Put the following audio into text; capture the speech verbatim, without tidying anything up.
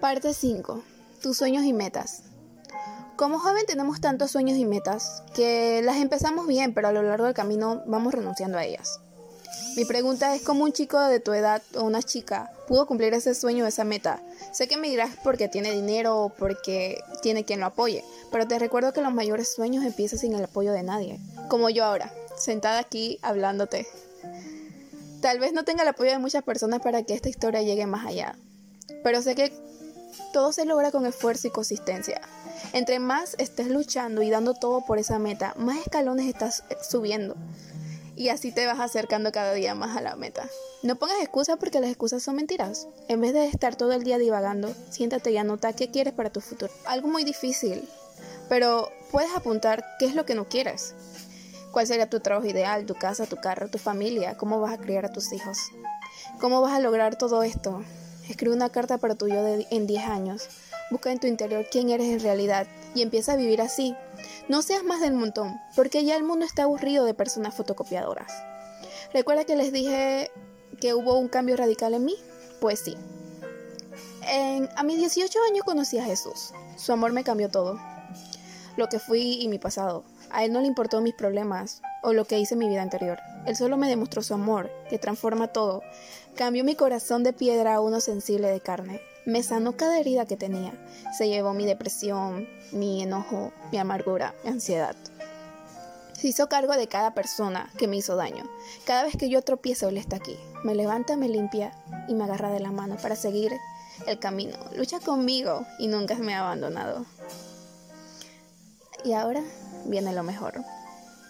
Parte cinco. Tus sueños y metas. Como joven tenemos tantos sueños y metas que las empezamos bien, pero a lo largo del camino vamos renunciando a ellas. Mi pregunta es cómo un chico de tu edad o una chica pudo cumplir ese sueño o esa meta. Sé que me dirás porque tiene dinero o porque tiene quien lo apoye, pero te recuerdo que los mayores sueños empiezan sin el apoyo de nadie. Como yo ahora, sentada aquí hablándote. Tal vez no tenga el apoyo de muchas personas para que esta historia llegue más allá, pero sé que todo se logra con esfuerzo y consistencia. Entre más estés luchando y dando todo por esa meta, más escalones estás subiendo. Y así te vas acercando cada día más a la meta. No pongas excusas porque las excusas son mentiras. En vez de estar todo el día divagando, siéntate y anota qué quieres para tu futuro. Algo muy difícil, pero puedes apuntar qué es lo que no quieres. ¿Cuál sería tu trabajo ideal, tu casa, tu carro, tu familia? ¿Cómo vas a criar a tus hijos? ¿Cómo vas a lograr todo esto? Escribe una carta para tu yo de, en diez años. Busca en tu interior quién eres en realidad y empieza a vivir así. No seas más del montón, porque ya el mundo está aburrido de personas fotocopiadoras. ¿Recuerda que les dije que hubo un cambio radical en mí? Pues sí. En, a mis dieciocho años conocí a Jesús. Su amor me cambió todo. Lo que fui y mi pasado. A él no le importó mis problemas o lo que hice en mi vida anterior. Él solo me demostró su amor, que transforma todo. Cambió mi corazón de piedra a uno sensible de carne. Me sanó cada herida que tenía. Se llevó mi depresión, mi enojo, mi amargura, mi ansiedad. Se hizo cargo de cada persona que me hizo daño. Cada vez que yo tropiezo, Él está aquí. Me levanta, me limpia y me agarra de la mano para seguir el camino. Lucha conmigo y nunca me ha abandonado. Y ahora viene lo mejor.